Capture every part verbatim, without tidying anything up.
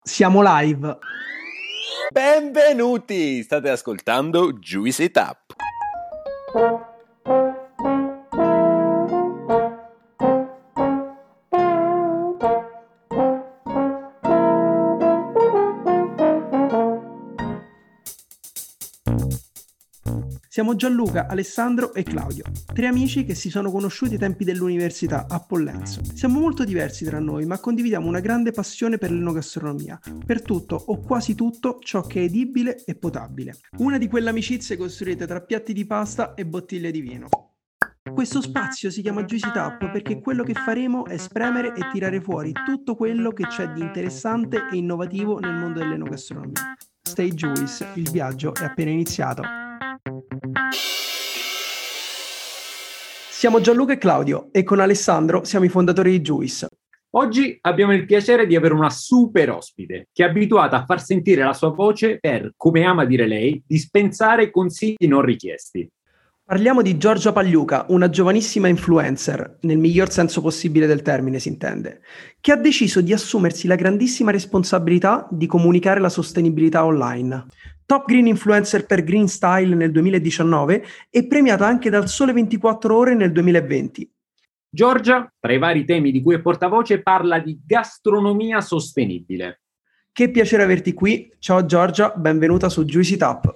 Siamo live. Benvenuti! State ascoltando Juice It Up. Siamo Gianluca, Alessandro e Claudio, tre amici che si sono conosciuti ai tempi dell'università a Pollenzo. Siamo molto diversi tra noi, ma condividiamo una grande passione per l'enogastronomia, per tutto o quasi tutto ciò che è edibile e potabile. Una di quelle amicizie costruite tra piatti di pasta e bottiglie di vino. Questo spazio si chiama Juice It Up perché quello che faremo è spremere e tirare fuori tutto quello che c'è di interessante e innovativo nel mondo dell'enogastronomia. Stay Juice, il viaggio è appena iniziato. Siamo Gianluca e Claudio e con Alessandro siamo i fondatori di Juice. Oggi abbiamo il piacere di avere una super ospite che è abituata a far sentire la sua voce per, come ama dire lei, dispensare consigli non richiesti. Parliamo di Giorgia Pagliuca, una giovanissima influencer, nel miglior senso possibile del termine si intende, che ha deciso di assumersi la grandissima responsabilità di comunicare la sostenibilità online. Top Green Influencer per Green Style nel duemiladiciannove e premiata anche dal Sole ventiquattro Ore nel duemilaventi. Giorgia, tra i vari temi di cui è portavoce, parla di gastronomia sostenibile. Che piacere averti qui. Ciao Giorgia, benvenuta su Juice It Up.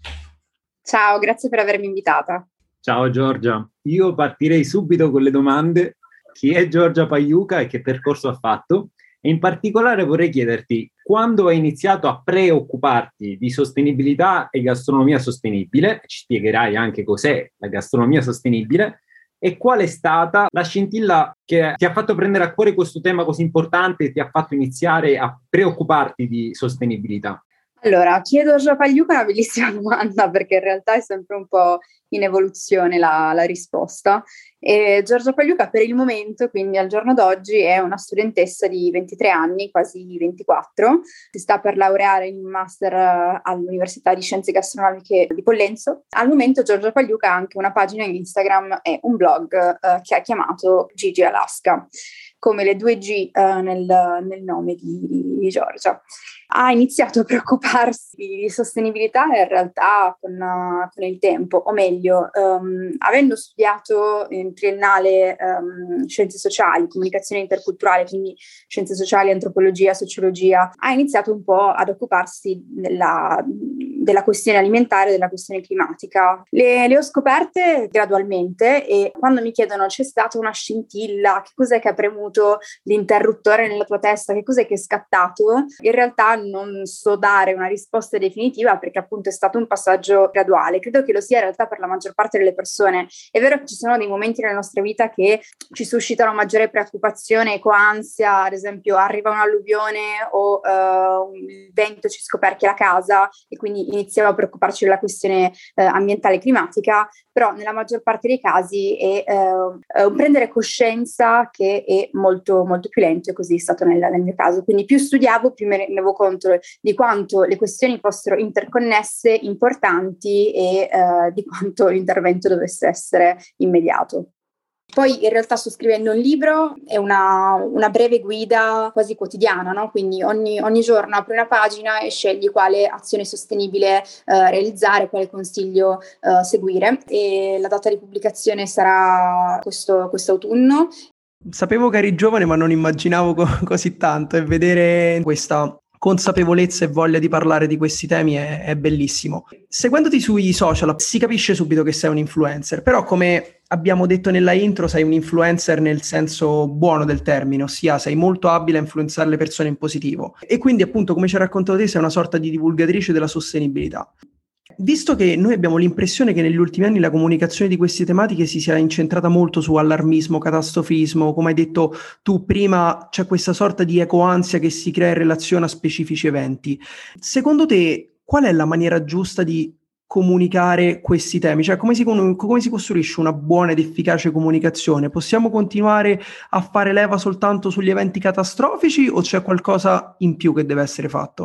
Ciao, grazie per avermi invitata. Ciao Giorgia, io partirei subito con le domande. Chi è Giorgia Pagliuca e che percorso ha fatto? E in particolare vorrei chiederti quando hai iniziato a preoccuparti di sostenibilità e gastronomia sostenibile, ci spiegherai anche cos'è la gastronomia sostenibile, e qual è stata la scintilla che ti ha fatto prendere a cuore questo tema così importante e ti ha fatto iniziare a preoccuparti di sostenibilità? Allora, chi è Giorgia Pagliuca è una bellissima domanda perché in realtà è sempre un po' in evoluzione la, la risposta. E Giorgia Pagliuca per il momento, quindi al giorno d'oggi, è una studentessa di ventitré anni, quasi ventiquattro, si sta per laureare in master all'Università di Scienze Gastronomiche di Pollenzo. Al momento Giorgia Pagliuca ha anche una pagina in Instagram e un blog eh, che ha chiamato Gigi Alaska, come le due G uh, nel, nel nome di, di Giorgia. Ha iniziato a preoccuparsi di sostenibilità in realtà con, uh, con il tempo, o meglio, um, avendo studiato in triennale um, scienze sociali, comunicazione interculturale, quindi scienze sociali, antropologia, sociologia, ha iniziato un po' ad occuparsi della, della questione alimentare, della questione climatica. Le, le ho scoperte gradualmente e quando mi chiedono c'è stata una scintilla, che cos'è che ha premuto l'interruttore nella tua testa, che cos'è che è scattato, in realtà non so dare una risposta definitiva perché appunto è stato un passaggio graduale. Credo che lo sia in realtà per la maggior parte delle persone. È vero che ci sono dei momenti nella nostra vita che ci suscitano maggiore preoccupazione, ecoansia, ad esempio arriva un'alluvione o uh, il vento ci scoperchia la casa e quindi iniziamo a preoccuparci della questione uh, ambientale e climatica, però nella maggior parte dei casi è uh, un prendere coscienza che è molto, molto più lento e così è stato nel, nel mio caso. Quindi più studiavo, più me ne rendevo conto di quanto le questioni fossero interconnesse, importanti e uh, di quanto l'intervento dovesse essere immediato. Poi in realtà sto scrivendo un libro, è una, una breve guida quasi quotidiana, no? Quindi ogni, ogni giorno apri una pagina e scegli quale azione sostenibile eh, realizzare, quale consiglio eh, seguire, e la data di pubblicazione sarà questo quest'autunno. Sapevo che eri giovane ma non immaginavo co- così tanto e vedere questa consapevolezza e voglia di parlare di questi temi è, è bellissimo. Seguendoti sui social si capisce subito che sei un influencer, però come abbiamo detto nella intro sei un influencer nel senso buono del termine, ossia sei molto abile a influenzare le persone in positivo e quindi appunto come ci hai raccontato te sei una sorta di divulgatrice della sostenibilità. Visto che noi abbiamo l'impressione che negli ultimi anni la comunicazione di queste tematiche si sia incentrata molto su allarmismo, catastrofismo, come hai detto tu prima, c'è questa sorta di ecoansia che si crea in relazione a specifici eventi. Secondo te, qual è la maniera giusta di comunicare questi temi? Cioè, come si, come si costruisce una buona ed efficace comunicazione? Possiamo continuare a fare leva soltanto sugli eventi catastrofici o c'è qualcosa in più che deve essere fatto?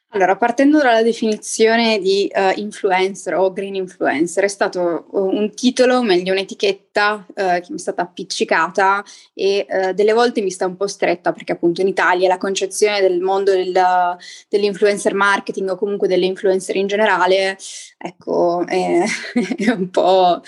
Allora, partendo dalla definizione di uh, influencer o green influencer, è stato uh, un titolo, meglio un'etichetta uh, che mi è stata appiccicata e uh, delle volte mi sta un po' stretta, perché appunto in Italia la concezione del mondo del, dell'influencer marketing o comunque delle influencer in generale, ecco, è, è un po',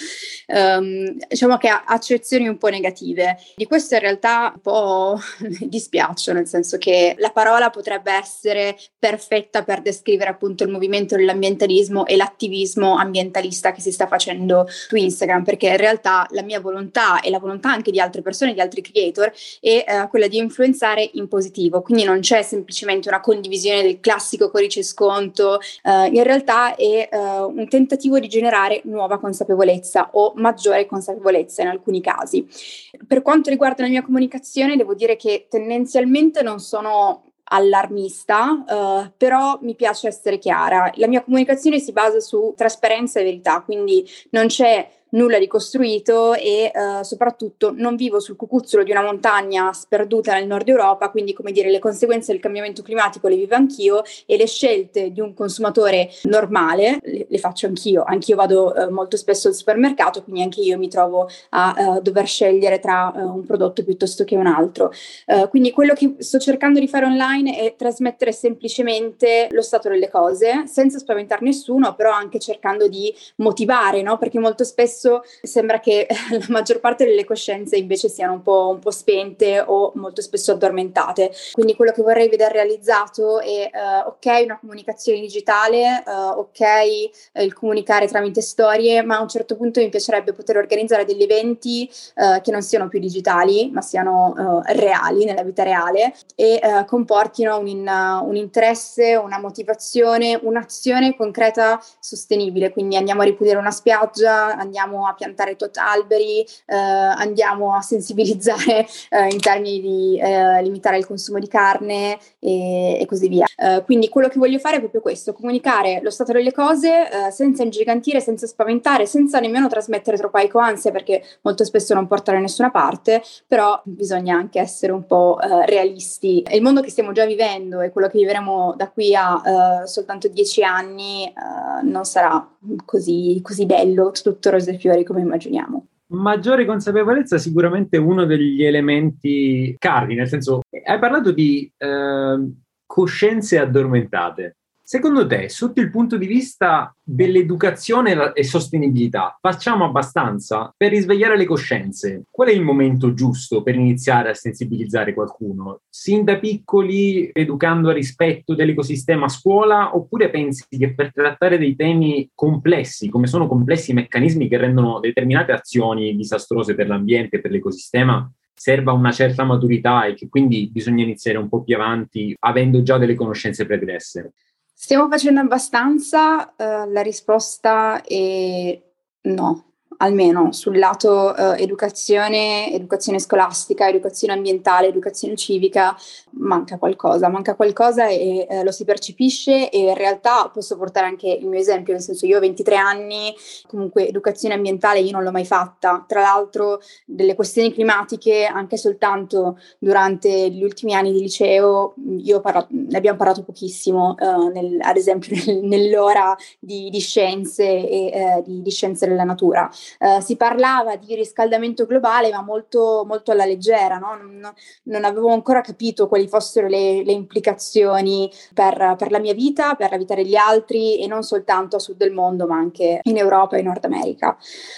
um, diciamo che ha accezioni un po' negative. Di questo in realtà un po' mi dispiaccio, nel senso che la parola potrebbe essere perfetta per descrivere appunto il movimento dell'ambientalismo e l'attivismo ambientalista che si sta facendo su Instagram, perché in realtà la mia volontà e la volontà anche di altre persone, di altri creator, è uh, quella di influenzare in positivo, quindi non c'è semplicemente una condivisione del classico codice sconto, uh, in realtà è uh, un tentativo di generare nuova consapevolezza o maggiore consapevolezza in alcuni casi. Per quanto riguarda la mia comunicazione, devo dire che tendenzialmente non sono allarmista, uh, però mi piace essere chiara. La mia comunicazione si basa su trasparenza e verità, quindi non c'è nulla di costruito e uh, soprattutto non vivo sul cucuzzolo di una montagna sperduta nel nord Europa, quindi come dire le conseguenze del cambiamento climatico le vivo anch'io e le scelte di un consumatore normale le, le faccio anch'io, anch'io vado uh, molto spesso al supermercato, quindi anche io mi trovo a uh, dover scegliere tra uh, un prodotto piuttosto che un altro, uh, quindi quello che sto cercando di fare online è trasmettere semplicemente lo stato delle cose senza spaventare nessuno, però anche cercando di motivare, no? Perché molto spesso sembra che la maggior parte delle coscienze invece siano un po', un po' spente o molto spesso addormentate. Quindi quello che vorrei vedere realizzato è uh, ok una comunicazione digitale, uh, ok uh, il comunicare tramite storie, ma a un certo punto mi piacerebbe poter organizzare degli eventi uh, che non siano più digitali, ma siano uh, reali, nella vita reale, e uh, comportino un, in, uh, un interesse, una motivazione, un'azione concreta sostenibile. Quindi andiamo a ripulire una spiaggia, andiamo a piantare tot alberi, eh, andiamo a sensibilizzare eh, in termini di eh, limitare il consumo di carne e, e così via. Eh, quindi quello che voglio fare è proprio questo, comunicare lo stato delle cose eh, senza ingigantire, senza spaventare, senza nemmeno trasmettere troppa ecoansia, perché molto spesso non porta da nessuna parte, però bisogna anche essere un po' eh, realisti. Il mondo che stiamo già vivendo e quello che vivremo da qui a eh, soltanto dieci anni eh, non sarà così, così bello, tutto rose e fiori come immaginiamo. Maggiore consapevolezza è sicuramente uno degli elementi cardini, nel senso, hai parlato di eh, coscienze addormentate. Secondo te, sotto il punto di vista dell'educazione e sostenibilità, facciamo abbastanza per risvegliare le coscienze? Qual è il momento giusto per iniziare a sensibilizzare qualcuno? Sin da piccoli, educando al rispetto dell'ecosistema a scuola, oppure pensi che per trattare dei temi complessi, come sono complessi i meccanismi che rendono determinate azioni disastrose per l'ambiente e per l'ecosistema, serva una certa maturità e che quindi bisogna iniziare un po' più avanti avendo già delle conoscenze pregresse? Stiamo facendo abbastanza? Uh, la risposta è no, almeno sul lato uh, educazione, educazione scolastica, educazione ambientale, educazione civica, manca qualcosa, manca qualcosa e uh, lo si percepisce e in realtà posso portare anche il mio esempio, nel senso io ho ventitré anni, comunque educazione ambientale io non l'ho mai fatta, tra l'altro delle questioni climatiche anche soltanto durante gli ultimi anni di liceo io ho parlato, ne abbiamo parlato pochissimo, uh, nel, ad esempio nel, nell'ora di, di scienze e uh, di, di scienze della natura. Uh, si parlava di riscaldamento globale ma molto, molto alla leggera, no? non, non avevo ancora capito quali fossero le, le implicazioni per, per la mia vita, per la vita degli altri e non soltanto a sud del mondo ma anche in Europa e in Nord America.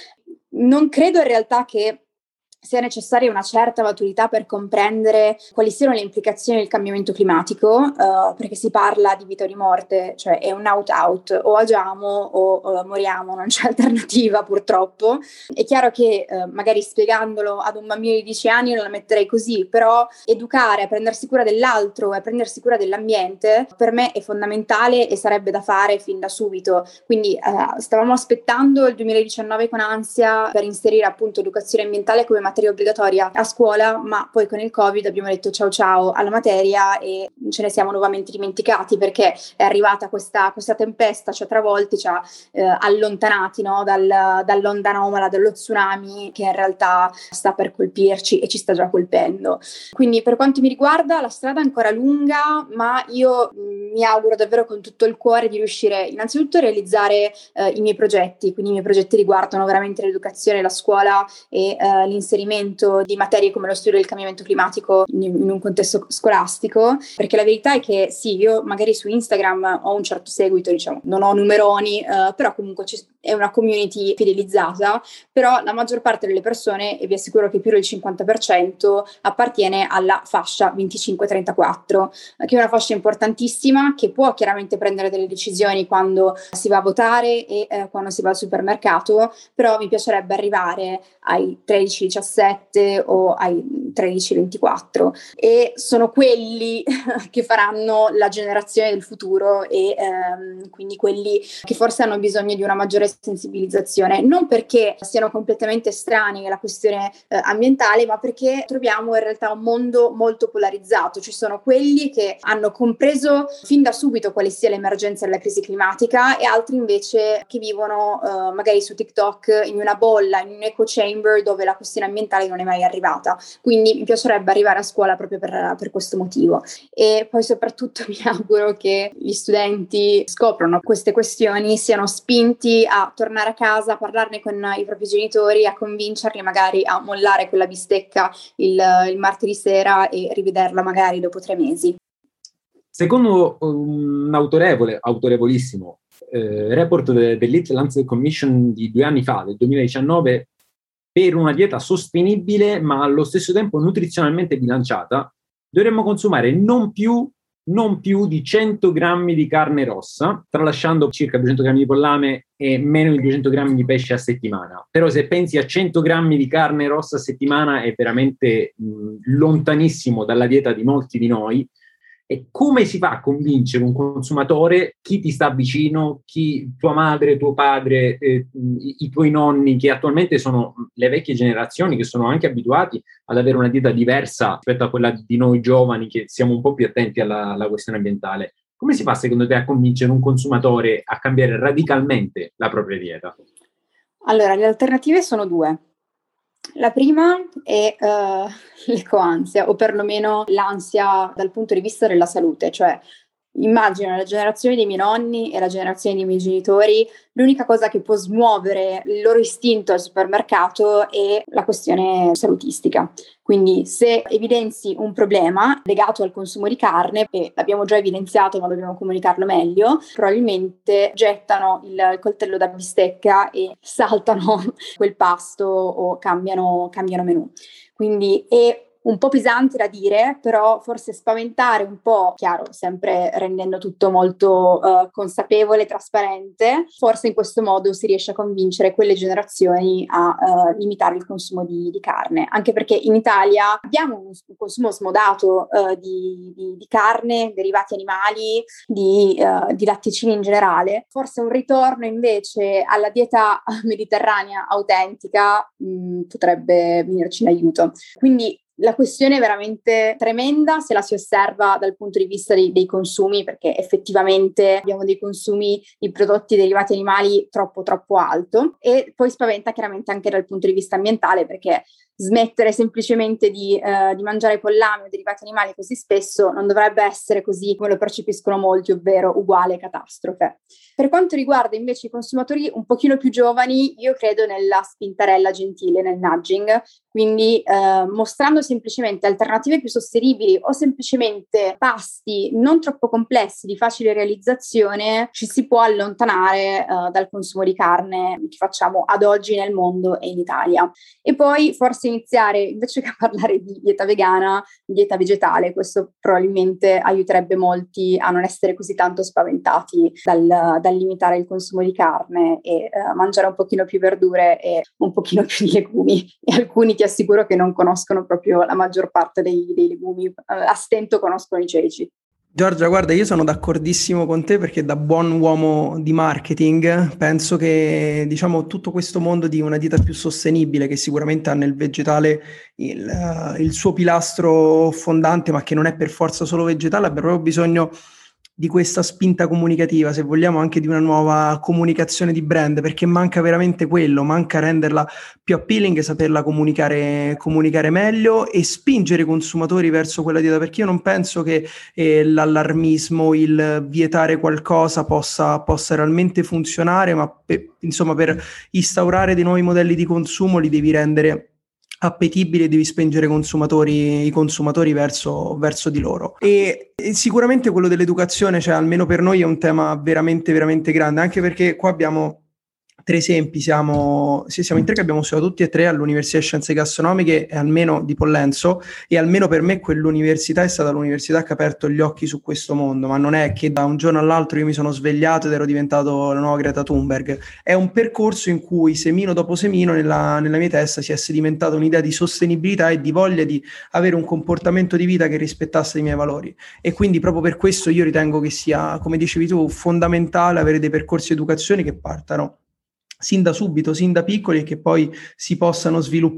Non credo in realtà che sia necessaria una certa maturità per comprendere quali siano le implicazioni del cambiamento climatico, uh, perché si parla di vita o di morte, cioè è un out-out, o agiamo o uh, moriamo, non c'è alternativa purtroppo. È chiaro che uh, magari spiegandolo ad un bambino di dieci anni non la metterei così, però educare a prendersi cura dell'altro e a prendersi cura dell'ambiente per me è fondamentale e sarebbe da fare fin da subito. Quindi uh, stavamo aspettando il duemiladiciannove con ansia per inserire appunto educazione ambientale come materia obbligatoria a scuola, ma poi con il Covid abbiamo detto ciao ciao alla materia e ce ne siamo nuovamente dimenticati perché è arrivata questa, questa tempesta, ci ha travolti, ci ha eh, allontanati, no? Dal, dall'onda anomala, dallo tsunami che in realtà sta per colpirci e ci sta già colpendo. Quindi per quanto mi riguarda la strada è ancora lunga, ma io mi auguro davvero con tutto il cuore di riuscire innanzitutto a realizzare eh, i miei progetti, quindi i miei progetti riguardano veramente l'educazione, la scuola e eh, l'inserimento di materie come lo studio del cambiamento climatico in, in un contesto scolastico, perché la verità è che sì, io magari su Instagram ho un certo seguito, diciamo, non ho numeroni, eh, però comunque ci, è una community fidelizzata, però la maggior parte delle persone, e vi assicuro che più del cinquanta per cento, appartiene alla fascia venticinque trentaquattro, che è una fascia importantissima che può chiaramente prendere delle decisioni quando si va a votare e eh, quando si va al supermercato, però mi piacerebbe arrivare ai tredici diciassette o ai tredici ventiquattro, e sono quelli che faranno la generazione del futuro e ehm, quindi quelli che forse hanno bisogno di una maggiore sensibilizzazione, non perché siano completamente estranei alla questione eh, ambientale, ma perché troviamo in realtà un mondo molto polarizzato. Ci sono quelli che hanno compreso fin da subito quale sia l'emergenza della crisi climatica e altri invece che vivono eh, magari su TikTok in una bolla, in un echo chamber dove la questione ambientale non è mai arrivata. Quindi mi piacerebbe arrivare a scuola proprio per, per questo motivo. E poi soprattutto mi auguro che gli studenti scoprono queste questioni, siano spinti a tornare a casa, a parlarne con i propri genitori, a convincerli magari a mollare quella bistecca il, il martedì sera e rivederla magari dopo tre mesi. Secondo un autorevole, autorevolissimo eh, report de, dell'Eat Lancet Commission di due anni fa, del duemiladiciannove, per una dieta sostenibile ma allo stesso tempo nutrizionalmente bilanciata, dovremmo consumare non più, non più di cento grammi di carne rossa, tralasciando circa duecento grammi di pollame e meno di duecento grammi di pesce a settimana. Però se pensi a cento grammi di carne rossa a settimana è veramente mh, lontanissimo dalla dieta di molti di noi. E come si fa a convincere un consumatore, chi ti sta vicino, chi, tua madre, tuo padre, eh, i, i tuoi nonni, che attualmente sono le vecchie generazioni, che sono anche abituati ad avere una dieta diversa rispetto a quella di noi giovani, che siamo un po' più attenti alla, alla questione ambientale. Come si fa secondo te a convincere un consumatore a cambiare radicalmente la propria dieta? Allora, le alternative sono due. La prima è uh, l'ecoansia, o perlomeno l'ansia dal punto di vista della salute, cioè immagino la generazione dei miei nonni e la generazione dei miei genitori, l'unica cosa che può smuovere il loro istinto al supermercato è la questione salutistica. Quindi se evidenzi un problema legato al consumo di carne, e l'abbiamo già evidenziato ma dobbiamo comunicarlo meglio, probabilmente gettano il, il coltello da bistecca e saltano quel pasto o cambiano, cambiano menù. Quindi è un po' pesante da dire, però forse spaventare un po', chiaro, sempre rendendo tutto molto uh, consapevole e trasparente, forse in questo modo si riesce a convincere quelle generazioni a uh, limitare il consumo di, di carne, anche perché in Italia abbiamo un, un consumo smodato uh, di, di, di carne, derivati animali, di, uh, di latticini in generale. Forse un ritorno invece alla dieta mediterranea autentica mh, potrebbe venirci in aiuto. Quindi la questione è veramente tremenda se la si osserva dal punto di vista dei, dei consumi, perché effettivamente abbiamo dei consumi di prodotti derivati animali troppo troppo alto, e poi spaventa chiaramente anche dal punto di vista ambientale, perché smettere semplicemente di, eh, di mangiare pollame o derivati animali così spesso non dovrebbe essere così come lo percepiscono molti, ovvero uguale catastrofe. Per quanto riguarda invece i consumatori un pochino più giovani, io credo nella spintarella gentile, nel nudging, quindi eh, mostrando semplicemente alternative più sostenibili o semplicemente pasti non troppo complessi, di facile realizzazione, ci si può allontanare eh, dal consumo di carne che facciamo ad oggi nel mondo e in Italia. E poi forse iniziare, invece che a parlare di dieta vegana, dieta vegetale. Questo probabilmente aiuterebbe molti a non essere così tanto spaventati dal, dal limitare il consumo di carne e uh, mangiare un pochino più verdure e un pochino più di legumi. E alcuni ti assicuro che non conoscono proprio la maggior parte dei, dei legumi, uh, a stento conoscono i ceci. Giorgia, guarda, io sono d'accordissimo con te, perché da buon uomo di marketing penso che, diciamo, tutto questo mondo di una dieta più sostenibile, che sicuramente ha nel vegetale il, uh, il suo pilastro fondante, ma che non è per forza solo vegetale, abbia proprio bisogno di questa spinta comunicativa, se vogliamo anche di una nuova comunicazione di brand, perché manca veramente quello, manca renderla più appealing, saperla comunicare, comunicare meglio e spingere i consumatori verso quella dieta, perché io non penso che eh, l'allarmismo, il vietare qualcosa possa, possa realmente funzionare, ma pe, insomma per instaurare dei nuovi modelli di consumo li devi rendere appetibili e devi spingere consumatori, i consumatori verso, verso di loro. E, e sicuramente quello dell'educazione, cioè almeno per noi è un tema veramente veramente grande, anche perché qua abbiamo tre esempi, siamo, sì, siamo in tre che abbiamo studiato tutti e tre all'Università di Scienze Gastronomiche, e almeno di Pollenzo, e almeno per me quell'università è stata l'università che ha aperto gli occhi su questo mondo, ma non è che da un giorno all'altro io mi sono svegliato ed ero diventato la nuova Greta Thunberg. È un percorso in cui semino dopo semino nella, nella mia testa si è sedimentata un'idea di sostenibilità e di voglia di avere un comportamento di vita che rispettasse i miei valori, e quindi proprio per questo io ritengo che sia, come dicevi tu, fondamentale avere dei percorsi di educazione che partano sin da subito, sin da piccoli, e che poi si possano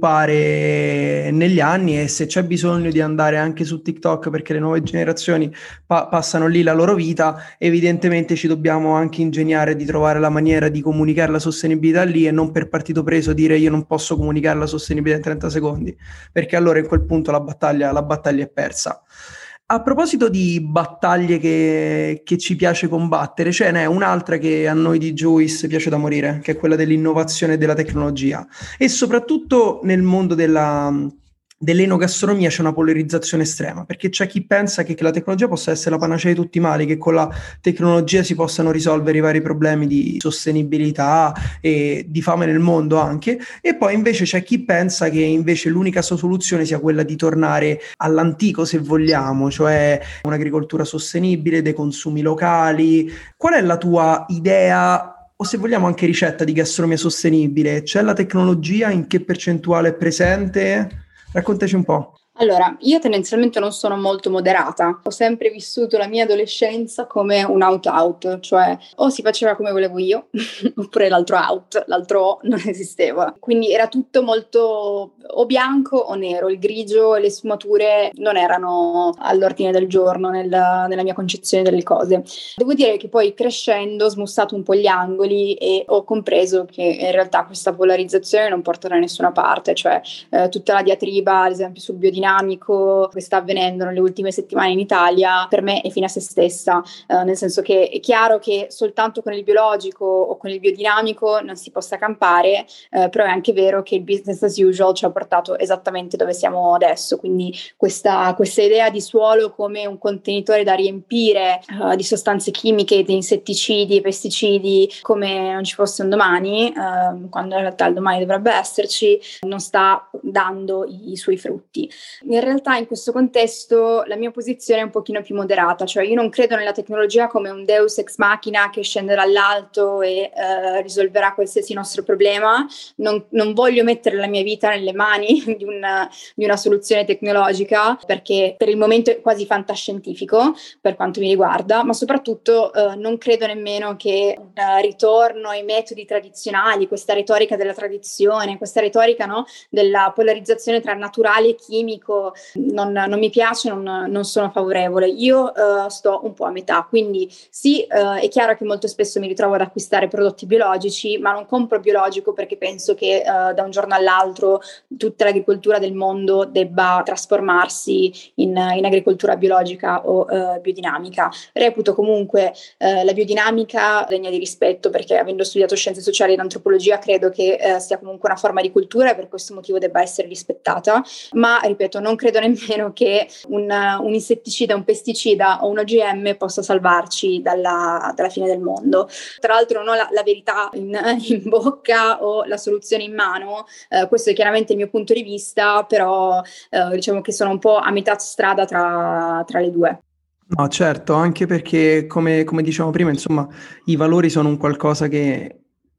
sviluppare negli anni. E se c'è bisogno di andare anche su TikTok perché le nuove generazioni pa- passano lì la loro vita, evidentemente ci dobbiamo anche ingegnare di trovare la maniera di comunicare la sostenibilità lì, e non per partito preso dire io non posso comunicare la sostenibilità in trenta secondi, perché allora in quel punto la battaglia, la battaglia è persa. A proposito di battaglie che, che ci piace combattere, ce n'è un'altra che a noi di Juice piace da morire, che è quella dell'innovazione e della tecnologia, e soprattutto nel mondo della, dell'enogastronomia c'è una polarizzazione estrema, perché c'è chi pensa che, che la tecnologia possa essere la panacea di tutti i mali, che con la tecnologia si possano risolvere i vari problemi di sostenibilità e di fame nel mondo anche, e poi invece c'è chi pensa che invece l'unica soluzione sia quella di tornare all'antico, se vogliamo, cioè un'agricoltura sostenibile, dei consumi locali. Qual è la tua idea, o se vogliamo anche ricetta, di gastronomia sostenibile? C'è la tecnologia? In che percentuale è presente? Raccontaci un po'. Allora, io tendenzialmente non sono molto moderata, ho sempre vissuto la mia adolescenza come un out-out, cioè o si faceva come volevo io, oppure l'altro out, l'altro O non esisteva. Quindi era tutto molto o bianco o nero, il grigio e le sfumature non erano all'ordine del giorno nella, nella mia concezione delle cose. Devo dire che poi crescendo ho smussato un po' gli angoli e ho compreso che in realtà questa polarizzazione non porta da nessuna parte, cioè eh, tutta la diatriba, ad esempio sul biodinamico, che sta avvenendo nelle ultime settimane in Italia, per me è fine a se stessa, eh, nel senso che è chiaro che soltanto con il biologico o con il biodinamico non si possa campare, eh, però è anche vero che il business as usual ci ha portato esattamente dove siamo adesso, quindi questa, questa idea di suolo come un contenitore da riempire uh, di sostanze chimiche, di insetticidi e pesticidi come non ci fosse un domani, uh, quando in realtà il domani dovrebbe esserci, non sta dando i, i suoi frutti. In realtà in questo contesto la mia posizione è un pochino più moderata, cioè io non credo nella tecnologia come un deus ex machina che scenderà dall'alto e eh, risolverà qualsiasi nostro problema. Non, non voglio mettere la mia vita nelle mani di una, di una soluzione tecnologica, perché per il momento è quasi fantascientifico per quanto mi riguarda, ma soprattutto eh, non credo nemmeno che un ritorno ai metodi tradizionali, questa retorica della tradizione, questa retorica, no, della polarizzazione tra naturale e chimico, non, non mi piace, non, non sono favorevole. Io uh, sto un po' a metà, quindi sì, uh, è chiaro che molto spesso mi ritrovo ad acquistare prodotti biologici, ma non compro biologico perché penso che uh, da un giorno all'altro tutta l'agricoltura del mondo debba trasformarsi in, in agricoltura biologica o uh, biodinamica. Reputo comunque uh, la biodinamica degna di rispetto, perché avendo studiato scienze sociali ed antropologia credo che uh, sia comunque una forma di cultura e per questo motivo debba essere rispettata, ma ripeto, non credo nemmeno che un, un insetticida, un pesticida o un O G M possa salvarci dalla, dalla fine del mondo. Tra l'altro non ho la, la verità in, in bocca o la soluzione in mano, eh, questo è chiaramente il mio punto di vista, però eh, diciamo che sono un po' a metà strada tra, tra le due. No, certo, anche perché come, come dicevamo prima, insomma, i valori sono un qualcosa che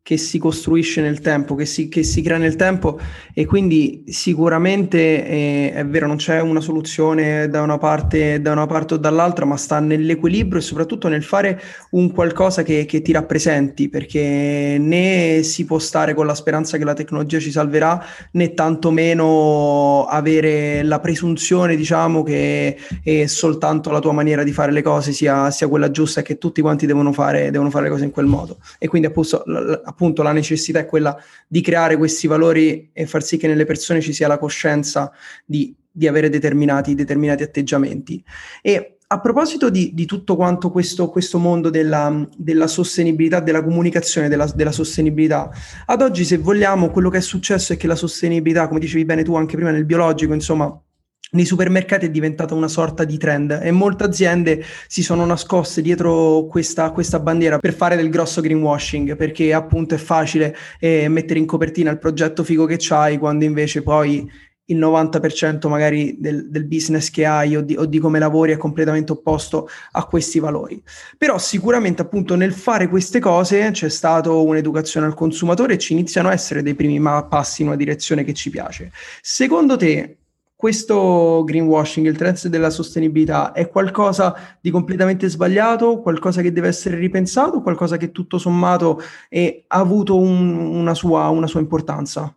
che si costruisce nel tempo, che si, che si crea nel tempo, e quindi sicuramente eh, è vero, non c'è una soluzione da una parte, da una parte o dall'altra, ma sta nell'equilibrio e soprattutto nel fare un qualcosa che, che ti rappresenti, perché né si può stare con la speranza che la tecnologia ci salverà, né tantomeno avere la presunzione, diciamo, che eh, soltanto la tua maniera di fare le cose sia, sia quella giusta e che tutti quanti devono fare, devono fare le cose in quel modo. E quindi appunto la, appunto la necessità è quella di creare questi valori e far sì che nelle persone ci sia la coscienza di, di avere determinati, determinati atteggiamenti. E a proposito di, di tutto quanto questo, questo mondo della, della sostenibilità, della comunicazione della, della sostenibilità, ad oggi, se vogliamo, quello che è successo è che la sostenibilità, come dicevi bene tu anche prima nel biologico, insomma, nei supermercati è diventata una sorta di trend e molte aziende si sono nascoste dietro questa, questa bandiera per fare del grosso greenwashing, perché appunto è facile eh, mettere in copertina il progetto figo che c'hai, quando invece poi il novanta per cento magari del, del business che hai o di, o di come lavori è completamente opposto a questi valori. Però sicuramente appunto nel fare queste cose c'è stata un'educazione al consumatore e ci iniziano a essere dei primi passi in una direzione che ci piace. Secondo te questo greenwashing, il trend della sostenibilità, è qualcosa di completamente sbagliato, qualcosa che deve essere ripensato, qualcosa che tutto sommato è, ha avuto un, una, sua, una sua importanza?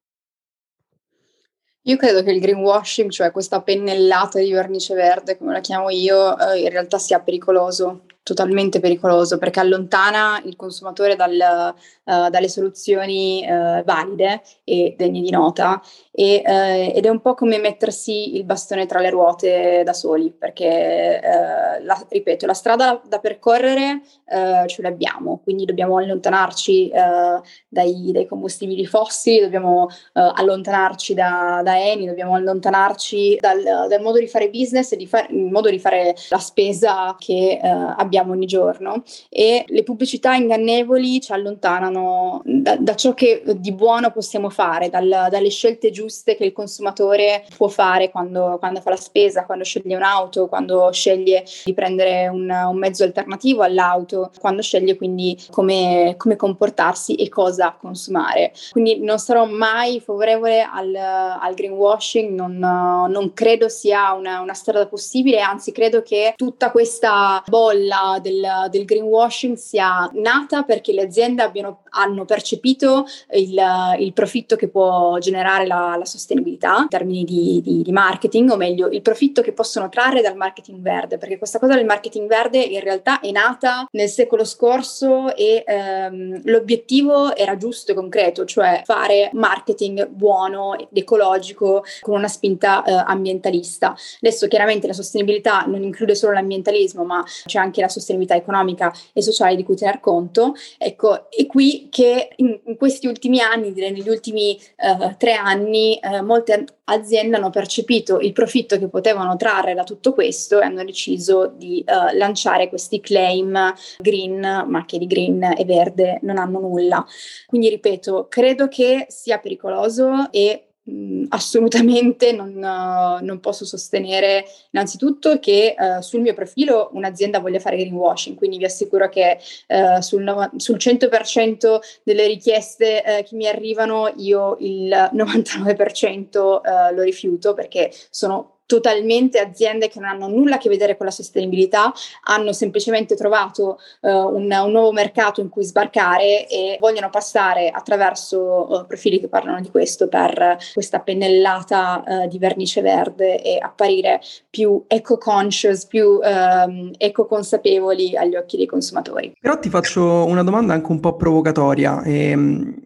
Io credo che il greenwashing, cioè questa pennellata di vernice verde, come la chiamo io, eh, in realtà sia pericoloso, totalmente pericoloso, perché allontana il consumatore dal, uh, dalle soluzioni uh, valide e degne di nota, e, uh, ed è un po' come mettersi il bastone tra le ruote da soli, perché, uh, la, ripeto, la strada da percorrere uh, ce l'abbiamo, quindi dobbiamo allontanarci uh, dai, dai combustibili fossili, dobbiamo uh, allontanarci da, da Eni, dobbiamo allontanarci dal, dal modo di fare business e di fare, il modo di fare la spesa che uh, abbiamo ogni giorno, e le pubblicità ingannevoli ci allontanano da, da ciò che di buono possiamo fare, dal, dalle scelte giuste che il consumatore può fare quando, quando fa la spesa, quando sceglie un'auto, quando sceglie di prendere un, un mezzo alternativo all'auto, quando sceglie quindi come, come comportarsi e cosa consumare. Quindi non sarò mai favorevole al, al greenwashing, non, non credo sia una, una strada possibile, anzi credo che tutta questa bolla Del, del greenwashing sia nata perché le aziende abbiano, hanno percepito il, il profitto che può generare la, la sostenibilità in termini di, di, di marketing, o meglio il profitto che possono trarre dal marketing verde, perché questa cosa del marketing verde in realtà è nata nel secolo scorso e ehm, l'obiettivo era giusto e concreto, cioè fare marketing buono ed ecologico con una spinta eh, ambientalista. Adesso chiaramente la sostenibilità non include solo l'ambientalismo, ma c'è anche la sostenibilità economica e sociale di cui tener conto. Ecco, è qui che in, in questi ultimi anni, direi negli ultimi uh, tre anni, uh, molte aziende hanno percepito il profitto che potevano trarre da tutto questo e hanno deciso di uh, lanciare questi claim green, ma che di green e verde non hanno nulla. Quindi ripeto, credo che sia pericoloso e Mm, assolutamente non, uh, non posso sostenere innanzitutto che uh, sul mio profilo un'azienda voglia fare greenwashing, quindi vi assicuro che uh, sul, no- sul cento per cento delle richieste uh, che mi arrivano io il novantanove per cento uh, lo rifiuto, perché sono totalmente aziende che non hanno nulla a che vedere con la sostenibilità, hanno semplicemente trovato uh, un, un nuovo mercato in cui sbarcare e vogliono passare attraverso uh, profili che parlano di questo per questa pennellata uh, di vernice verde e apparire più eco-conscious, più um, eco-consapevoli agli occhi dei consumatori. Però ti faccio una domanda anche un po' provocatoria. Ehm,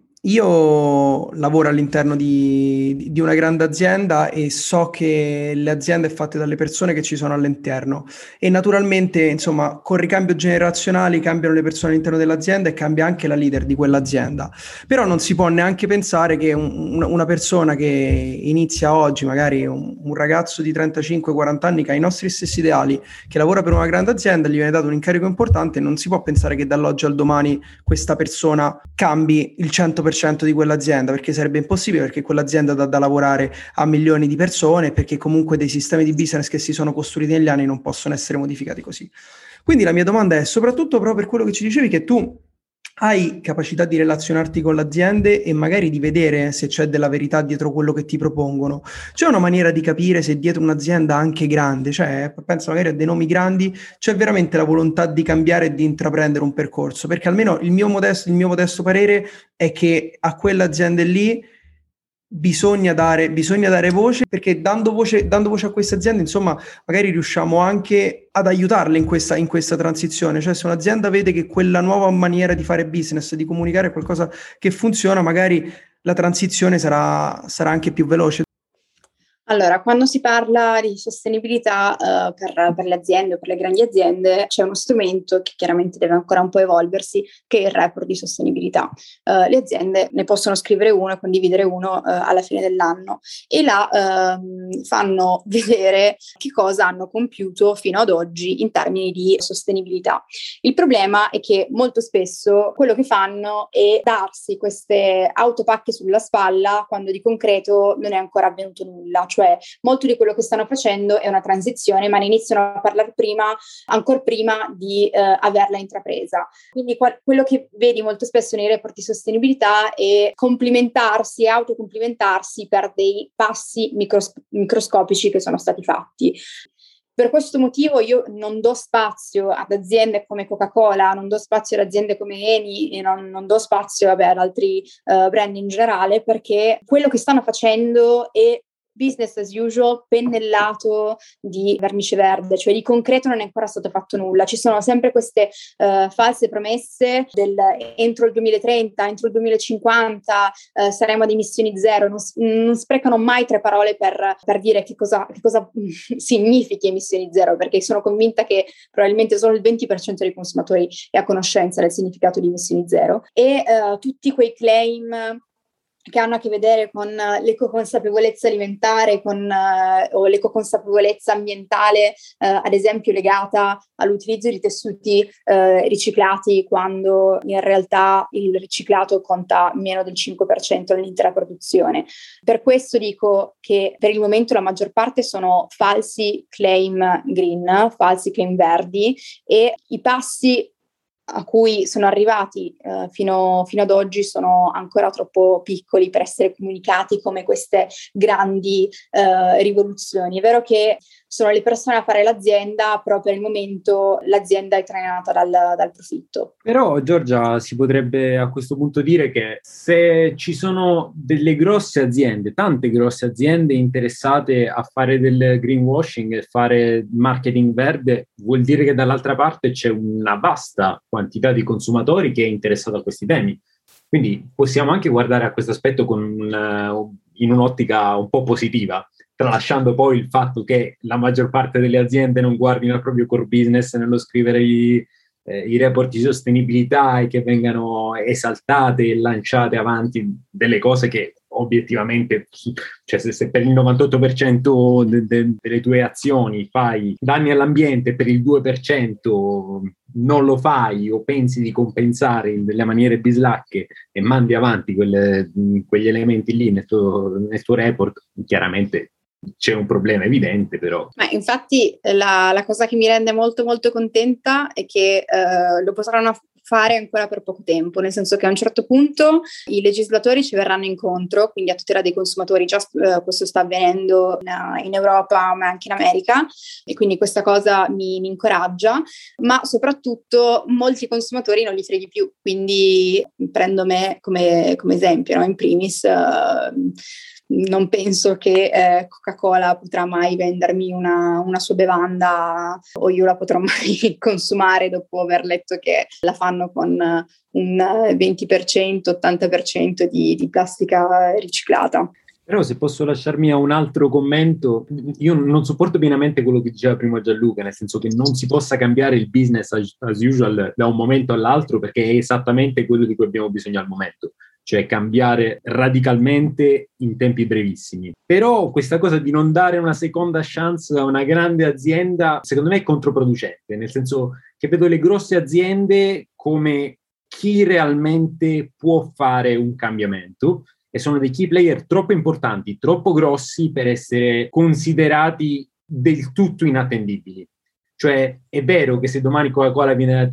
Io lavoro all'interno di, di una grande azienda e so che le aziende è fatte dalle persone che ci sono all'interno e naturalmente, insomma, con ricambio generazionale cambiano le persone all'interno dell'azienda e cambia anche la leader di quell'azienda. Però non si può neanche pensare che un, una persona che inizia oggi, magari un, un ragazzo di trentacinque quaranta anni che ha i nostri stessi ideali, che lavora per una grande azienda, gli viene dato un incarico importante, non si può pensare che dall'oggi al domani questa persona cambi il cento per cento di quell'azienda, perché sarebbe impossibile, perché quell'azienda dà da lavorare a milioni di persone, perché comunque dei sistemi di business che si sono costruiti negli anni non possono essere modificati così. Quindi la mia domanda è soprattutto proprio per quello che ci dicevi, che tu hai capacità di relazionarti con le aziende e magari di vedere se c'è della verità dietro quello che ti propongono. C'è una maniera di capire se dietro un'azienda anche grande, cioè penso magari a dei nomi grandi, c'è veramente la volontà di cambiare e di intraprendere un percorso, perché almeno il mio modesto, il mio modesto parere è che a quelle aziende lì Bisogna dare, bisogna dare voce, perché dando voce, dando voce a queste aziende, insomma, magari riusciamo anche ad aiutarle in questa, in questa transizione. Cioè, se un'azienda vede che quella nuova maniera di fare business, di comunicare è qualcosa che funziona, magari la transizione sarà, sarà anche più veloce. Allora, quando si parla di sostenibilità uh, per, per le aziende o per le grandi aziende, c'è uno strumento che chiaramente deve ancora un po' evolversi, che è il report di sostenibilità. Uh, le aziende ne possono scrivere uno e condividere uno uh, alla fine dell'anno e là uh, fanno vedere che cosa hanno compiuto fino ad oggi in termini di sostenibilità. Il problema è che molto spesso quello che fanno è darsi queste autopacche sulla spalla quando di concreto non è ancora avvenuto nulla. Cioè molto di quello che stanno facendo è una transizione, ma ne iniziano a parlare prima, ancora prima di eh, averla intrapresa. Quindi qual- quello che vedi molto spesso nei report di sostenibilità è complimentarsi, autocomplimentarsi per dei passi micros- microscopici che sono stati fatti. Per questo motivo io non do spazio ad aziende come Coca-Cola, non do spazio ad aziende come Eni e non, non do spazio vabbè, ad altri uh, brand in generale, perché quello che stanno facendo è business as usual, pennellato di vernice verde, cioè di concreto non è ancora stato fatto nulla. Ci sono sempre queste uh, false promesse del entro il duemilatrenta, entro il duemilacinquanta uh, saremo ad emissioni zero, non, non sprecano mai tre parole per, per dire che cosa, che cosa significhi emissioni zero, perché sono convinta che probabilmente solo il venti per cento dei consumatori è a conoscenza del significato di emissioni zero e uh, tutti quei claim che hanno a che vedere con uh, l'ecoconsapevolezza alimentare con, uh, o l'ecoconsapevolezza ambientale, uh, ad esempio legata all'utilizzo di tessuti uh, riciclati, quando in realtà il riciclato conta meno del cinque per cento nell'intera produzione. Per questo dico che per il momento la maggior parte sono falsi claim green, falsi claim verdi, e i passi a cui sono arrivati eh, fino, fino ad oggi sono ancora troppo piccoli per essere comunicati come queste grandi eh, rivoluzioni. È vero che sono le persone a fare l'azienda, però per il momento l'azienda è trainata dal, dal profitto. Però, Giorgia, si potrebbe a questo punto dire che se ci sono delle grosse aziende, tante grosse aziende interessate a fare del greenwashing e fare marketing verde, vuol dire che dall'altra parte c'è una vasta quantità di consumatori che è interessato a questi temi. Quindi possiamo anche guardare a questo aspetto con un, in un'ottica un po' positiva, tralasciando poi il fatto che la maggior parte delle aziende non guardino al proprio core business nello scrivere i, eh, i report di sostenibilità e che vengano esaltate e lanciate avanti delle cose che obiettivamente, cioè se, se per il novantotto per cento de, de, delle tue azioni fai danni all'ambiente, per il due per cento non lo fai o pensi di compensare in delle maniere bislacche e mandi avanti quelle, quegli elementi lì nel tuo, nel tuo report, chiaramente c'è un problema evidente. Però Ma infatti la, la cosa che mi rende molto molto contenta è che eh, lo potranno fare ancora per poco tempo, nel senso che a un certo punto i legislatori ci verranno incontro, quindi a tutela dei consumatori. Già eh, questo sta avvenendo in, in Europa ma anche in America, e quindi questa cosa mi, mi incoraggia, ma soprattutto molti consumatori non li freghi più, quindi prendo me come, come esempio, no? In primis eh, non penso che eh, Coca-Cola potrà mai vendermi una, una sua bevanda, o io la potrò mai consumare dopo aver letto che la fanno con un venti per cento, ottanta per cento di, di plastica riciclata. Però se posso lasciarmi a un altro commento, io non sopporto pienamente quello che diceva prima Gianluca, nel senso che non si possa cambiare il business as, as usual da un momento all'altro, perché è esattamente quello di cui abbiamo bisogno al momento, cioè cambiare radicalmente in tempi brevissimi. Però questa cosa di non dare una seconda chance a una grande azienda, secondo me è controproducente, nel senso che vedo le grosse aziende come chi realmente può fare un cambiamento, e sono dei key player troppo importanti, troppo grossi per essere considerati del tutto inattendibili. Cioè è vero che se domani Coca-Cola viene da te e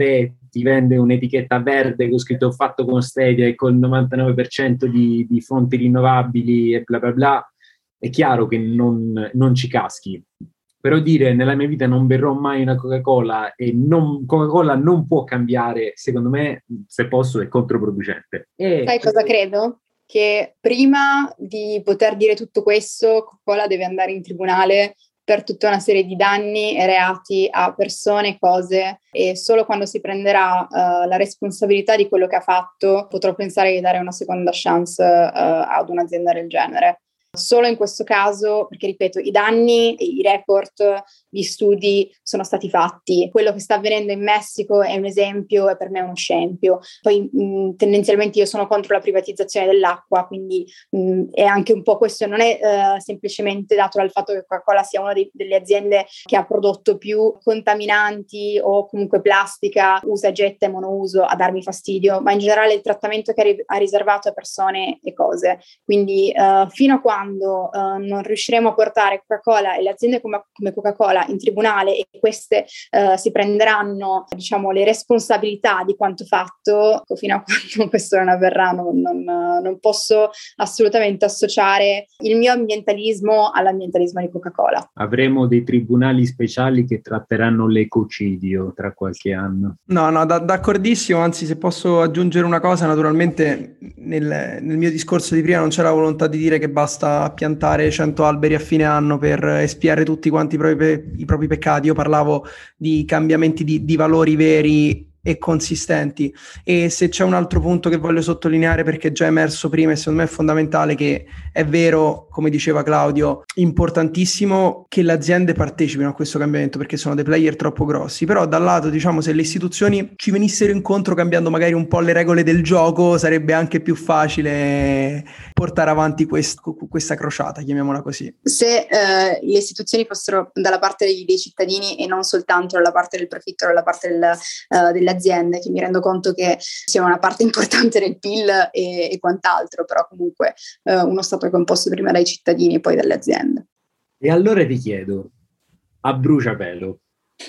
ti vende un'etichetta verde con scritto fatto con stevia e col novantanove per cento di, di fonti rinnovabili e bla bla bla, è chiaro che non, non ci caschi. Però dire nella mia vita non berrò mai una Coca-Cola e non, Coca-Cola non può cambiare, secondo me, se posso, è controproducente. E... Sai cosa credo? Che prima di poter dire tutto questo, Coca-Cola deve andare in tribunale per tutta una serie di danni e reati a persone e cose, e solo quando si prenderà uh, la responsabilità di quello che ha fatto potrò pensare di dare una seconda chance uh, ad un'azienda del genere. Solo in questo caso, perché ripeto, i danni, i report, gli studi sono stati fatti. Quello che sta avvenendo in Messico è un esempio e per me è uno scempio. Poi mh, tendenzialmente io sono contro la privatizzazione dell'acqua, quindi mh, è anche un po' questo, non è uh, semplicemente dato dal fatto che Coca-Cola sia una dei, delle aziende che ha prodotto più contaminanti o comunque plastica, usa, getta e monouso a darmi fastidio, ma in generale il trattamento che ha, ri- ha riservato a persone e cose. Quindi uh, fino a quando Quando uh, non riusciremo a portare Coca-Cola e le aziende come, come Coca-Cola in tribunale e queste uh, si prenderanno, diciamo, le responsabilità di quanto fatto, fino a quando questo non avverrà non, non, non posso assolutamente associare il mio ambientalismo all'ambientalismo di Coca-Cola. Avremo dei tribunali speciali che tratteranno l'ecocidio tra qualche anno. No, no, da, d'accordissimo, anzi se posso aggiungere una cosa, naturalmente nel, nel mio discorso di prima non c'è la volontà di dire che basta piantare cento alberi a fine anno per espiare tutti quanti i propri, pe- i propri peccati. Io parlavo di cambiamenti di, di valori veri e consistenti. E se c'è un altro punto che voglio sottolineare, perché è già emerso prima e secondo me è fondamentale, che è vero, come diceva Claudio, importantissimo che le aziende partecipino a questo cambiamento perché sono dei player troppo grossi, però dal lato, diciamo, se le istituzioni ci venissero incontro cambiando magari un po' le regole del gioco, sarebbe anche più facile portare avanti quest- questa crociata, chiamiamola così. Se eh, le istituzioni fossero dalla parte dei, dei cittadini e non soltanto dalla parte del profitto, dalla parte del, uh, delle aziende, che mi rendo conto che sia una parte importante del P I L e, e quant'altro, però comunque uh, uno Stato è composto prima dai cittadini e poi dalle aziende. E allora ti chiedo, a bruciapelo,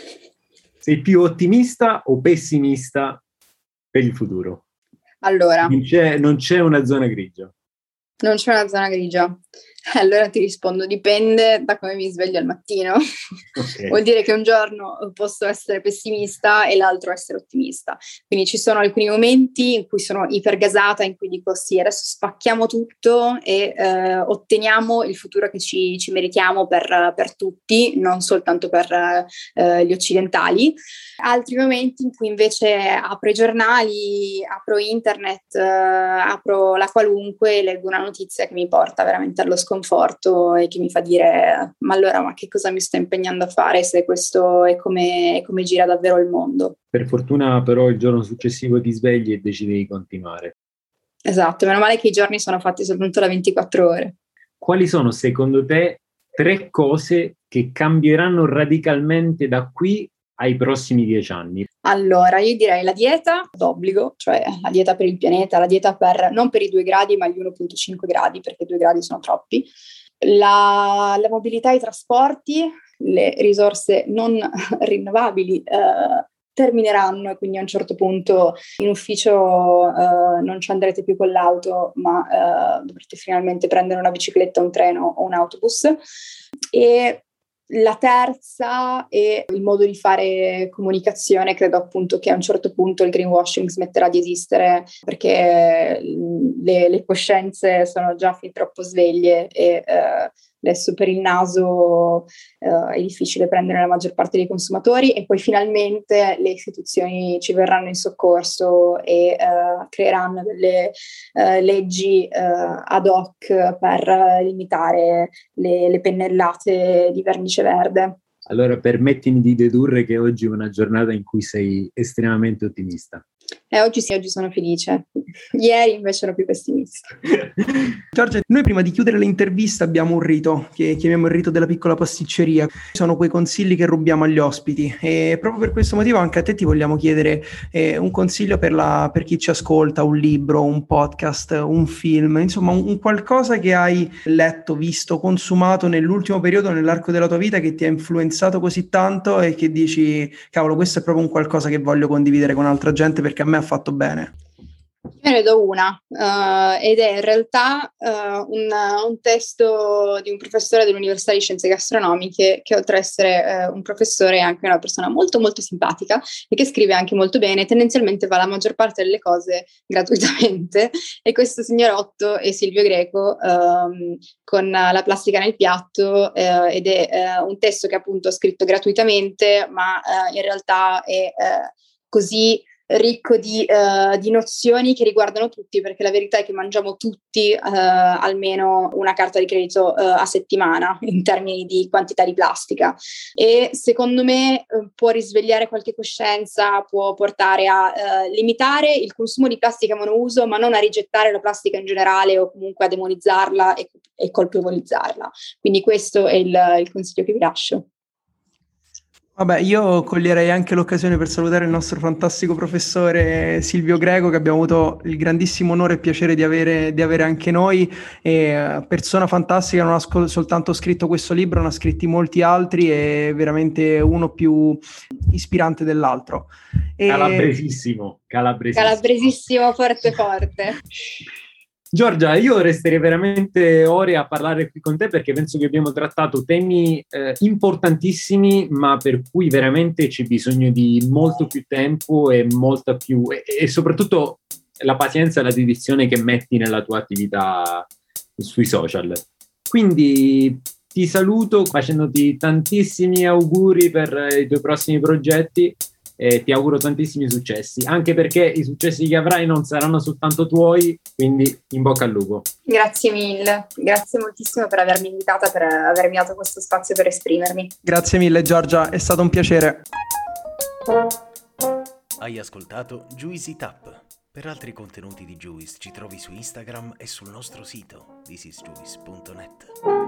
sei più ottimista o pessimista per il futuro? Allora, non c'è, non c'è una zona grigia. Non c'è una zona grigia. Allora ti rispondo, dipende da come mi sveglio al mattino. Okay. Vuol dire che un giorno posso essere pessimista e l'altro essere ottimista. Quindi ci sono alcuni momenti in cui sono ipergasata, in cui dico sì, adesso spacchiamo tutto e eh, otteniamo il futuro che ci, ci meritiamo per, per tutti, non soltanto per eh, gli occidentali. Altri momenti in cui invece apro i giornali, apro internet, eh, apro la qualunque e leggo una notizia che mi porta veramente allo sconforto e che mi fa dire ma allora ma che cosa mi sto impegnando a fare se questo è come, è come gira davvero il mondo. Per fortuna però il giorno successivo ti svegli e decidi di continuare. Esatto, meno male che i giorni sono fatti soltanto da ventiquattro ore. Quali sono secondo te tre cose che cambieranno radicalmente da qui ai prossimi dieci anni? Allora, io direi la dieta d'obbligo, cioè la dieta per il pianeta, la dieta per, non per i due gradi, ma gli uno virgola cinque gradi, perché due gradi sono troppi. La, la mobilità e i trasporti, le risorse non rinnovabili eh, termineranno e quindi a un certo punto in ufficio eh, non ci andrete più con l'auto, ma eh, dovrete finalmente prendere una bicicletta, un treno o un autobus. E la terza è il modo di fare comunicazione. Credo appunto che a un certo punto il greenwashing smetterà di esistere perché le, le coscienze sono già fin troppo sveglie e eh, adesso per il naso eh, è difficile prendere la maggior parte dei consumatori e poi finalmente le istituzioni ci verranno in soccorso e eh, creeranno delle eh, leggi eh, ad hoc per limitare le, le pennellate di vernice verde. Allora permettimi di dedurre che oggi è una giornata in cui sei estremamente ottimista. Eh, oggi sì, oggi sono felice. Ieri invece ero più pessimista. Giorgia, noi prima di chiudere l'intervista abbiamo un rito che chiamiamo il rito della piccola pasticceria. Sono quei consigli che rubiamo agli ospiti e proprio per questo motivo anche a te ti vogliamo chiedere eh, un consiglio per, la, per chi ci ascolta, un libro, un podcast, un film, insomma un, un qualcosa che hai letto, visto, consumato nell'ultimo periodo, nell'arco della tua vita, che ti ha influenzato così tanto e che dici, cavolo, questo è proprio un qualcosa che voglio condividere con altra gente perché a me ha fatto bene. Io ne do una, uh, ed è in realtà uh, un, un testo di un professore dell'Università di Scienze Gastronomiche che, oltre ad essere uh, un professore, è anche una persona molto molto simpatica e che scrive anche molto bene. Tendenzialmente fa la maggior parte delle cose gratuitamente, e questo signorotto è Silvio Greco, um, con La plastica nel piatto, uh, ed è uh, un testo che appunto ha scritto gratuitamente, ma uh, in realtà è uh, così ricco di, uh, di nozioni che riguardano tutti, perché la verità è che mangiamo tutti uh, almeno una carta di credito uh, a settimana in termini di quantità di plastica, e secondo me uh, può risvegliare qualche coscienza, può portare a uh, limitare il consumo di plastica monouso, ma non a rigettare la plastica in generale o comunque a demonizzarla e, e colpevolizzarla. Quindi questo è il, il consiglio che vi lascio. Vabbè, io coglierei anche l'occasione per salutare il nostro fantastico professore Silvio Greco, che abbiamo avuto il grandissimo onore e piacere di avere, di avere anche noi, e persona fantastica, non ha sc- soltanto scritto questo libro, ne ha scritti molti altri, e veramente uno più ispirante dell'altro. E... Calabresissimo, calabresissimo. Calabresissimo, forte forte. Giorgia, io resterei veramente ore a parlare qui con te, perché penso che abbiamo trattato temi eh, importantissimi, ma per cui veramente c'è bisogno di molto più tempo e molta più e, e soprattutto la pazienza e la dedizione che metti nella tua attività sui social. Quindi ti saluto facendoti tantissimi auguri per i tuoi prossimi progetti e ti auguro tantissimi successi, anche perché i successi che avrai non saranno soltanto tuoi, quindi in bocca al lupo. Grazie mille, grazie moltissimo per avermi invitata, per avermi dato questo spazio per esprimermi. Grazie mille Giorgia, è stato un piacere. Hai ascoltato Juicy Tap. Per altri contenuti di Juice ci trovi su Instagram e sul nostro sito this is juice punto net.